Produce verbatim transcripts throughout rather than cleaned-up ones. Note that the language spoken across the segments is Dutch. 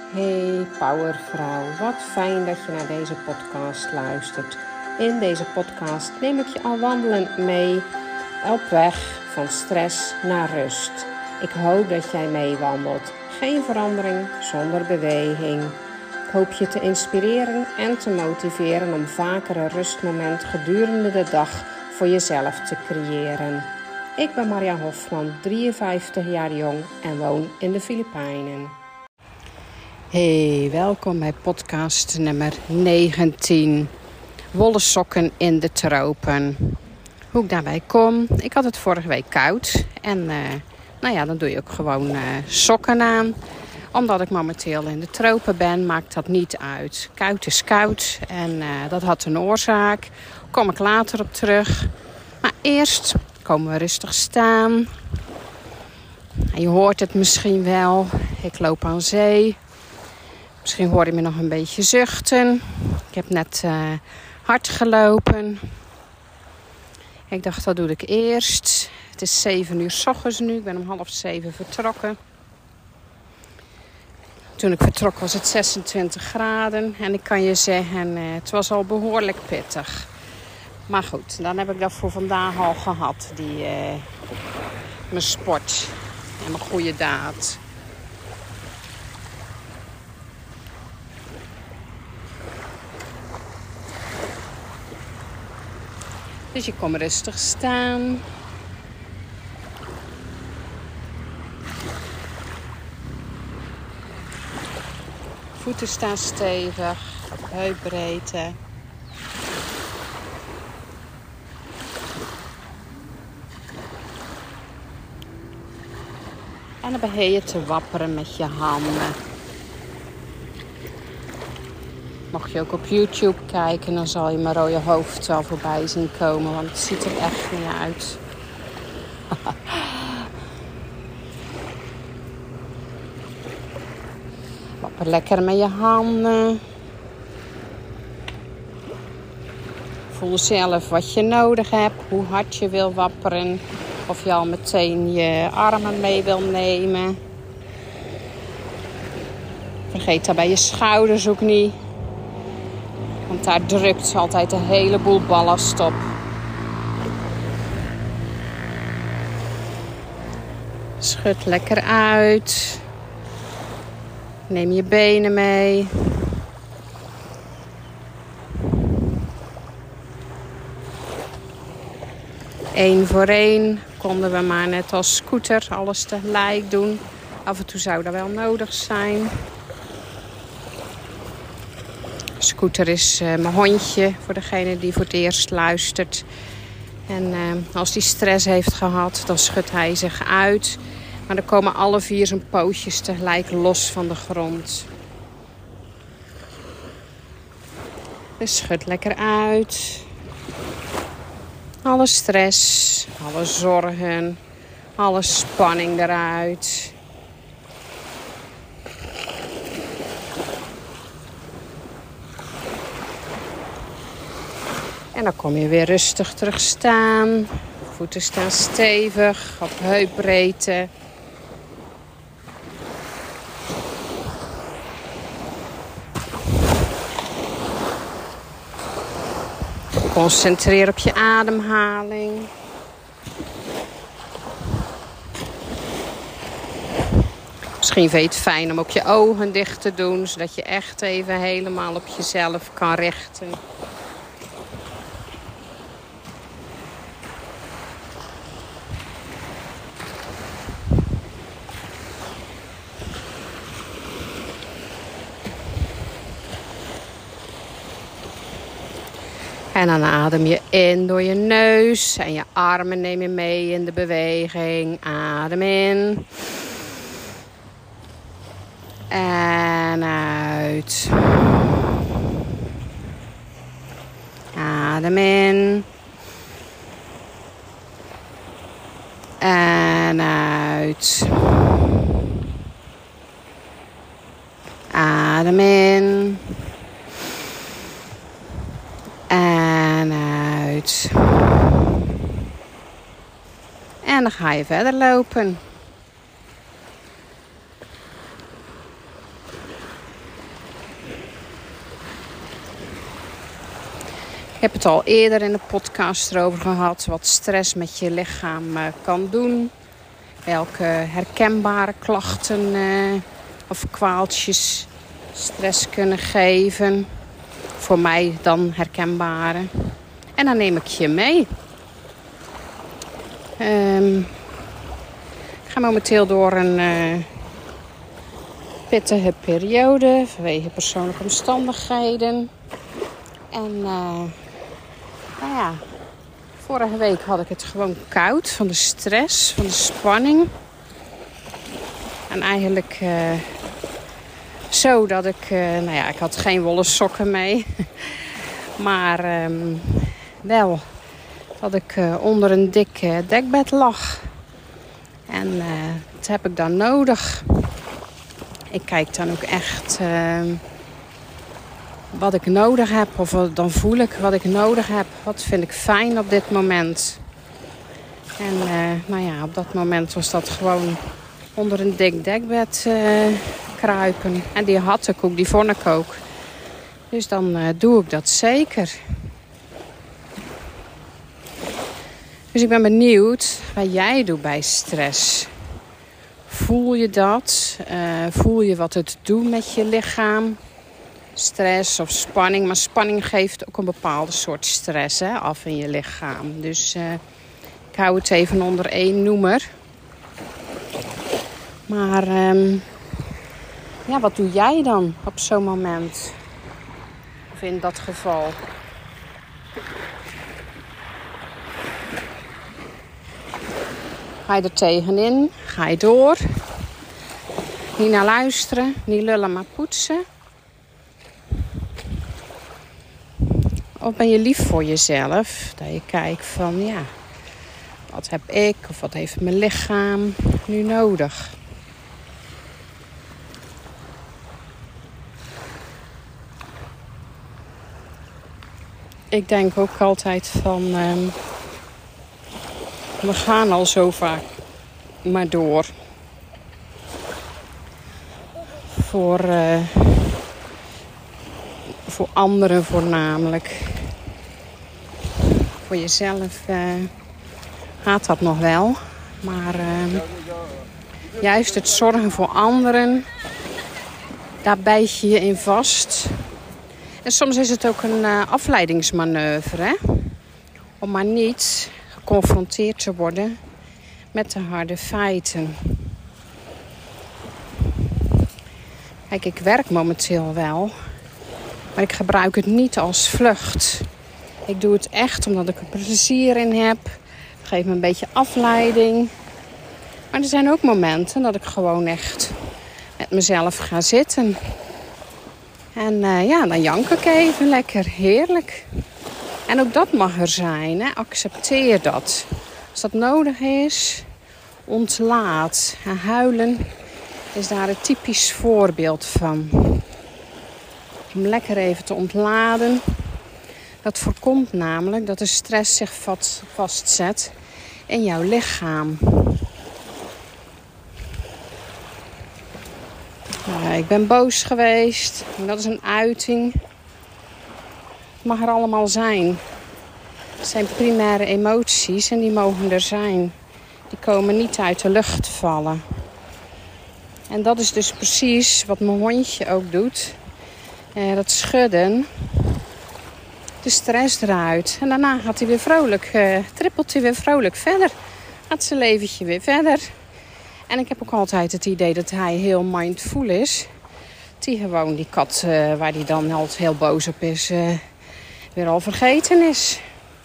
Hey Powervrouw, wat fijn dat je naar deze podcast luistert. In deze podcast neem ik je al wandelend mee op weg van stress naar rust. Ik hoop dat jij meewandelt. Geen verandering zonder beweging. Ik hoop je te inspireren en te motiveren om vaker een rustmoment gedurende de dag voor jezelf te creëren. Ik ben Marja Hofman, drieënvijftig jaar jong en woon in de Filipijnen. Hey, welkom bij podcast nummer negentien. Wollen sokken in de tropen. Hoe ik daarbij kom? Ik had het vorige week koud. En uh, nou ja, dan doe je ook gewoon uh, sokken aan. Omdat ik momenteel in de tropen ben, maakt dat niet uit. Koud is koud en uh, dat had een oorzaak. Daar kom ik later op terug. Maar eerst komen we rustig staan. En je hoort het misschien wel. Ik loop aan zee. Misschien hoor je me nog een beetje zuchten. Ik heb net uh, hard gelopen. Ik dacht, dat doe ik eerst. Het is zeven uur 's ochtends nu. Ik ben om half zeven vertrokken. Toen ik vertrok was het zesentwintig graden. En ik kan je zeggen, uh, het was al behoorlijk pittig. Maar goed, dan heb ik dat voor vandaag al gehad. Die, uh, mijn sport en mijn goede daad. Dus je komt rustig staan. Voeten staan stevig, op heupbreedte. En dan begin je te wapperen met je handen. Mocht je ook op YouTube kijken, dan zal je mijn rode hoofd wel voorbij zien komen. Want het ziet er echt niet uit. Wapper lekker met je handen. Voel zelf wat je nodig hebt. Hoe hard je wil wapperen. Of je al meteen je armen mee wil nemen. Vergeet daarbij je schouders ook niet. Want daar drukt altijd een heleboel ballast op. Schud lekker uit. Neem je benen mee. Eén voor één konden we maar net als scooter alles tegelijk doen. Af en toe zou dat wel nodig zijn. Scooter is uh, mijn hondje, voor degene die voor het eerst luistert. En uh, als hij stress heeft gehad, dan schudt hij zich uit. Maar dan komen alle vier zijn pootjes tegelijk los van de grond. Dus schud lekker uit. Alle stress, alle zorgen, alle spanning eruit. En dan kom je weer rustig terug staan. Voeten staan stevig, op heupbreedte. Concentreer op je ademhaling. Misschien vind je het fijn om ook je ogen dicht te doen, zodat je echt even helemaal op jezelf kan richten. En dan adem je in door je neus. En je armen neem je mee in de beweging. Adem in. En uit. Adem in. En uit. Adem in. En uit. En dan ga je verder lopen. Ik heb het al eerder in de podcast erover gehad. Wat stress met je lichaam uh, kan doen. Welke herkenbare klachten uh, of kwaaltjes stress kunnen geven. Voor mij dan herkenbare. En dan neem ik je mee. Um, ik ga momenteel door een uh, pittige periode. Vanwege persoonlijke omstandigheden. En uh, nou ja, vorige week had ik het gewoon koud van de stress, van de spanning. En eigenlijk uh, zo dat ik, uh, nou ja, ik had geen wollen sokken mee. maar um, wel dat ik uh, onder een dik uh, dekbed lag. En uh, dat heb ik dan nodig. Ik kijk dan ook echt uh, wat ik nodig heb. Of dan voel ik wat ik nodig heb. Wat vind ik fijn op dit moment. En uh, nou ja, op dat moment was dat gewoon onder een dik dekbed uh, kruipen. En die had ik ook, die vond ik ook. Dus dan uh, doe ik dat zeker. Dus ik ben benieuwd wat jij doet bij stress. Voel je dat? Uh, voel je wat het doet met je lichaam? Stress of spanning. Maar spanning geeft ook een bepaalde soort stress hè, af in je lichaam. Dus uh, ik hou het even onder één noemer. Maar um, ja, wat doe jij dan op zo'n moment? Of in dat geval? Ga je er tegenin? Ga je door? Niet naar luisteren, niet lullen, maar poetsen. Of ben je lief voor jezelf? Dat je kijkt van, ja, wat heb ik of wat heeft mijn lichaam nu nodig? Ik denk ook altijd van, um, we gaan al zo vaak maar door. Voor, uh, voor anderen voornamelijk. Voor jezelf uh, gaat dat nog wel. Maar uh, juist het zorgen voor anderen, daar bijt je je in vast. En soms is het ook een uh, afleidingsmanoeuvre. Hè? Om maar niet geconfronteerd te worden met de harde feiten. Kijk, ik werk momenteel wel. Maar ik gebruik het niet als vlucht. Ik doe het echt omdat ik er plezier in heb. Het geeft me een beetje afleiding. Maar er zijn ook momenten dat ik gewoon echt met mezelf ga zitten. En uh, ja, dan jank ik even lekker. Heerlijk. En ook dat mag er zijn. Hè? Accepteer dat. Als dat nodig is, ontlaat. En huilen is daar een typisch voorbeeld van. Om lekker even te ontladen. Dat voorkomt namelijk dat de stress zich vastzet in jouw lichaam. Nou, ik ben boos geweest. En dat is een uiting. Het mag er allemaal zijn. Het zijn primaire emoties en die mogen er zijn. Die komen niet uit de lucht vallen. En dat is dus precies wat mijn hondje ook doet. Eh, dat schudden. De stress eruit. En daarna gaat hij weer vrolijk. Uh, trippelt hij weer vrolijk verder. Gaat zijn leventje weer verder. En ik heb ook altijd het idee dat hij heel mindful is. Die gewoon die kat uh, waar hij dan altijd heel boos op is. Uh, weer al vergeten is.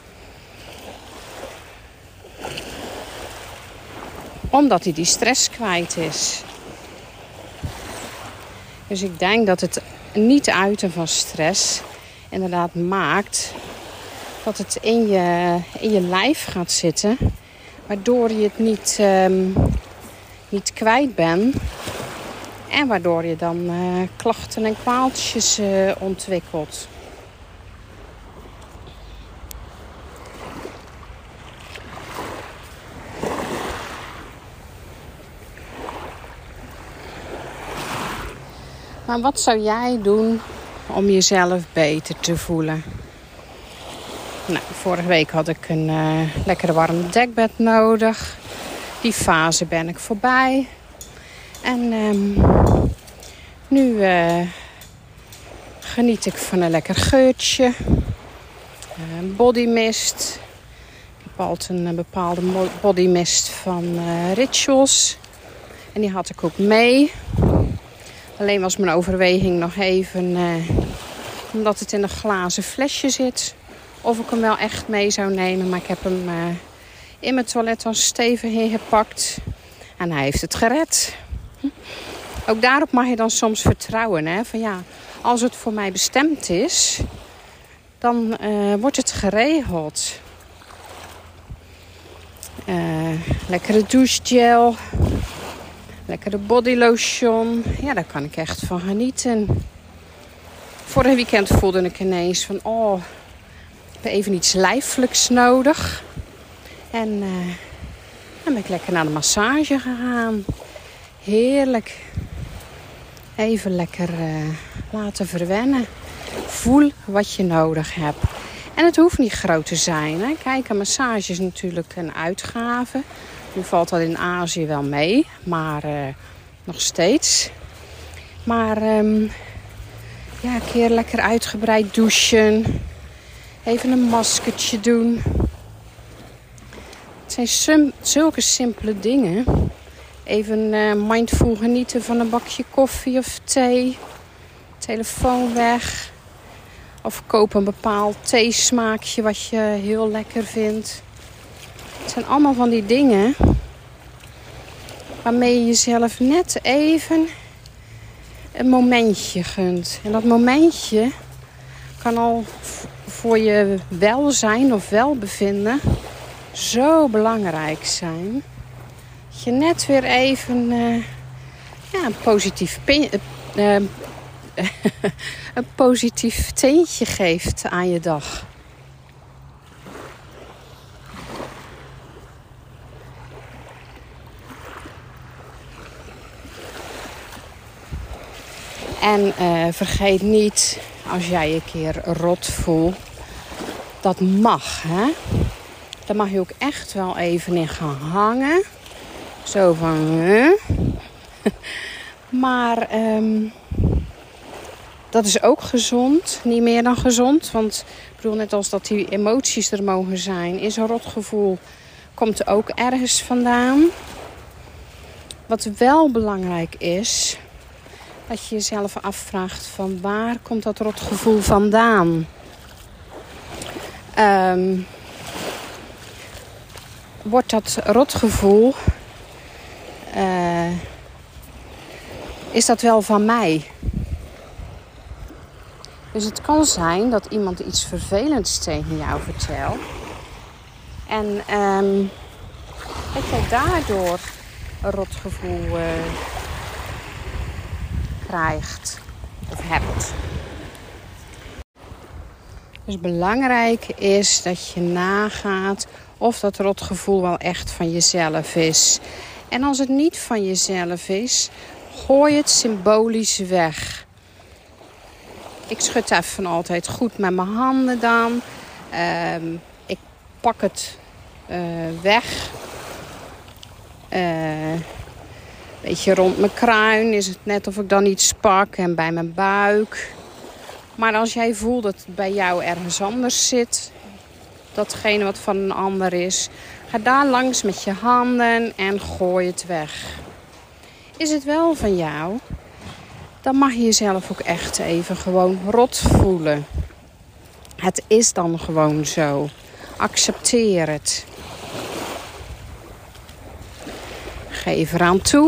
Omdat hij die stress kwijt is. Dus ik denk dat het niet uiten van stress inderdaad maakt dat het in je, in je lijf gaat zitten. Waardoor je het niet, um, niet kwijt bent. En waardoor je dan uh, klachten en kwaaltjes uh, ontwikkelt. Maar wat zou jij doen om jezelf beter te voelen? Nou, vorige week had ik een uh, lekkere warm dekbed nodig. Die fase ben ik voorbij. En um, nu uh, geniet ik van een lekker geurtje. Uh, bodymist. Ik heb altijd een bepaalde bodymist van uh, Rituals. En die had ik ook mee. Alleen was mijn overweging nog even... Uh, omdat het in een glazen flesje zit. Of ik hem wel echt mee zou nemen. Maar ik heb hem uh, in mijn toilet als stevig ingepakt. En hij heeft het gered. Ook daarop mag je dan soms vertrouwen. Hè? Van ja, als het voor mij bestemd is, dan uh, wordt het geregeld. Uh, lekkere douchegel. Lekkere bodylotion. Ja, daar kan ik echt van genieten. Vorig weekend voelde ik ineens van... oh, ik heb even iets lijfelijks nodig. En uh, dan ben ik lekker naar de massage gegaan. Heerlijk. Even lekker uh, laten verwennen. Voel wat je nodig hebt. En het hoeft niet groot te zijn. Hè? Kijk, een massage is natuurlijk een uitgave. Nu valt dat in Azië wel mee. Maar uh, nog steeds. Maar um, ja, een keer lekker uitgebreid douchen. Even een maskertje doen. Het zijn sim- zulke simpele dingen. Even uh, mindful genieten van een bakje koffie of thee. Telefoon weg. Of koop een bepaald theesmaakje wat je heel lekker vindt. Het zijn allemaal van die dingen waarmee je jezelf net even een momentje gunt. En dat momentje kan al voor je welzijn of welbevinden zo belangrijk zijn. Dat je net weer even uh, ja, een positief pin, uh, uh, een positief teentje geeft aan je dag. En uh, vergeet niet, als jij je keer rot voelt, dat mag, hè? Daar mag je ook echt wel even in gaan hangen. Zo van, hè? Maar um, dat is ook gezond, niet meer dan gezond. Want ik bedoel, net als dat die emoties er mogen zijn, is een rotgevoel, komt er ook ergens vandaan. Wat wel belangrijk is, dat je jezelf afvraagt van waar komt dat rotgevoel vandaan? Um, wordt dat rotgevoel, uh, is dat wel van mij? Dus het kan zijn dat iemand iets vervelends tegen jou vertelt. En um, dat jij daardoor een rotgevoel uh, krijgt of hebt. Dus belangrijk is dat je nagaat of dat rotgevoel wel echt van jezelf is. En als het niet van jezelf is, gooi het symbolisch weg. Ik schud even altijd goed met mijn handen dan. Um, ik pak het uh, weg. Uh, Een beetje rond mijn kruin is het net of ik dan iets pak en bij mijn buik. Maar als jij voelt dat het bij jou ergens anders zit, datgene wat van een ander is, ga daar langs met je handen en gooi het weg. Is het wel van jou, dan mag je jezelf ook echt even gewoon rot voelen. Het is dan gewoon zo. Accepteer het. Geef eraan toe.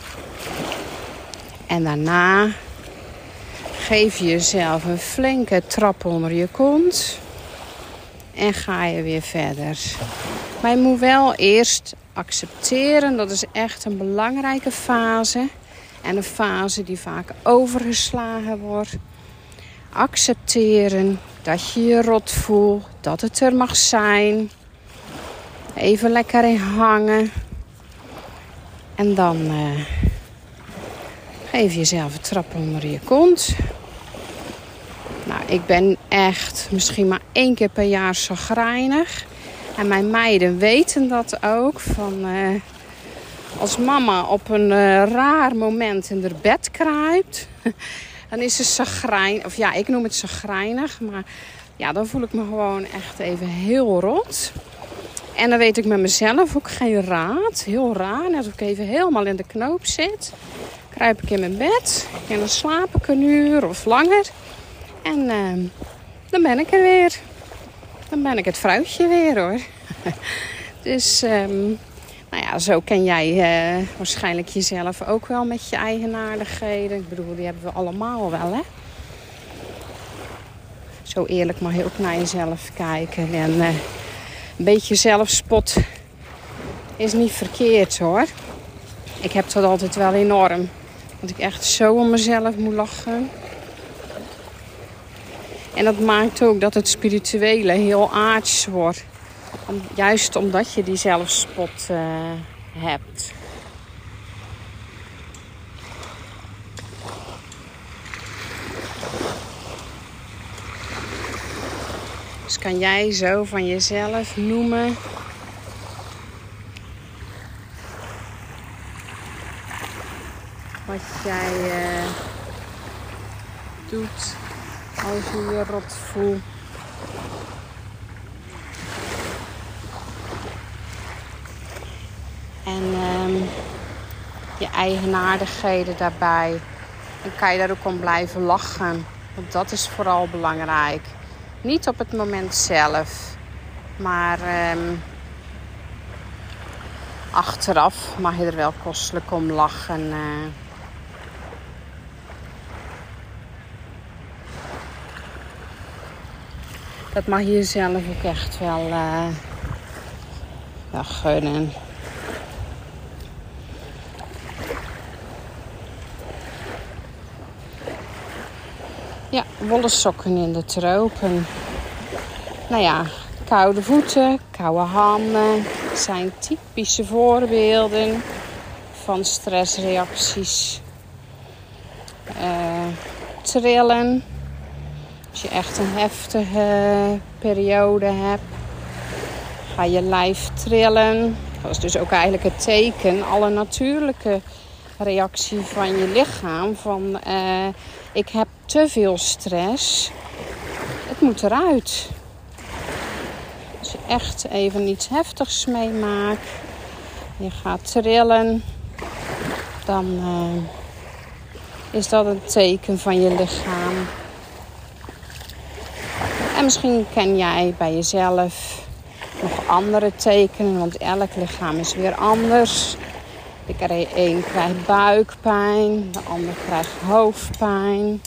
En daarna geef je jezelf een flinke trap onder je kont. En ga je weer verder. Maar je moet wel eerst accepteren. Dat is echt een belangrijke fase. En een fase die vaak overgeslagen wordt. Accepteren dat je je rot voelt. Dat het er mag zijn. Even lekker in hangen. En dan uh, geef jezelf een trap onder je kont. Nou, ik ben echt misschien maar één keer per jaar chagrijnig. En mijn meiden weten dat ook. Van, uh, als mama op een uh, raar moment in haar bed kruipt, dan is ze chagrijnig. Of ja, ik noem het chagrijnig. Maar ja, dan voel ik me gewoon echt even heel rot. En dan weet ik met mezelf ook geen raad. Heel raar. Net als ik even helemaal in de knoop zit. Kruip ik in mijn bed. En dan slaap ik een uur of langer. En uh, dan ben ik er weer. Dan ben ik het vrouwtje weer hoor. Dus um, nou ja, zo ken jij uh, waarschijnlijk jezelf ook wel met je eigenaardigheden. Ik bedoel, die hebben we allemaal wel hè. Zo eerlijk mag je ook naar jezelf kijken. En uh, een beetje zelfspot is niet verkeerd hoor. Ik heb dat altijd wel enorm. Dat ik echt zo om mezelf moet lachen. En dat maakt ook dat het spirituele heel aards wordt. Om, juist omdat je die zelfspot uh, hebt. Dus kan jij zo van jezelf noemen. Wat jij uh, doet als je je rot voelt. En um, je eigenaardigheden daarbij. Dan kan je daar ook om blijven lachen. Want dat is vooral belangrijk. Niet op het moment zelf. Maar um, achteraf mag je er wel kostelijk om lachen. Uh. Dat mag je jezelf ook echt wel, uh, wel gunnen. Ja, wollen sokken in de tropen. Nou ja, koude voeten, koude handen zijn typische voorbeelden van stressreacties. Uh, trillen. Als je echt een heftige periode hebt, ga je lijf trillen. Dat is dus ook eigenlijk het teken, alle natuurlijke reactie van je lichaam. Van uh, ik heb te veel stress, het moet eruit. Als je echt even iets heftigs meemaakt, je gaat trillen, dan uh, is dat een teken van je lichaam. En misschien ken jij bij jezelf nog andere tekenen, want elk lichaam is weer anders. De een krijgt buikpijn, de ander krijgt hoofdpijn.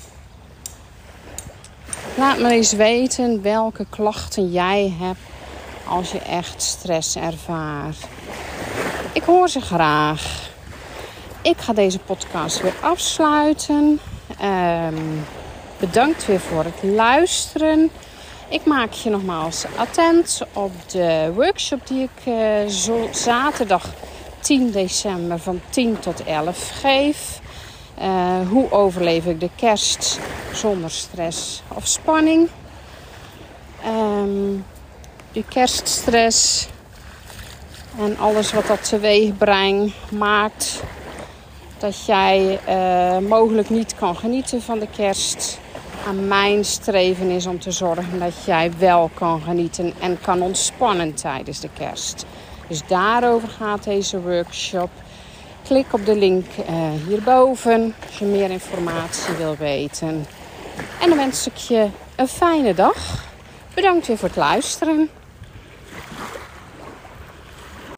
Laat me eens weten welke klachten jij hebt als je echt stress ervaart. Ik hoor ze graag. Ik ga deze podcast weer afsluiten. Um, bedankt weer voor het luisteren. Ik maak je nogmaals attent op de workshop die ik uh, zo, zaterdag tien december van tien tot elf geef. Uh, hoe overleef ik de kerst zonder stress of spanning? Um, die kerststress en alles wat dat teweeg brengt maakt dat jij uh, mogelijk niet kan genieten van de kerst. En mijn streven is om te zorgen dat jij wel kan genieten en kan ontspannen tijdens de kerst. Dus daarover gaat deze workshop. Klik op de link uh, hierboven als je meer informatie wil weten. En dan wens ik je een fijne dag. Bedankt weer voor het luisteren.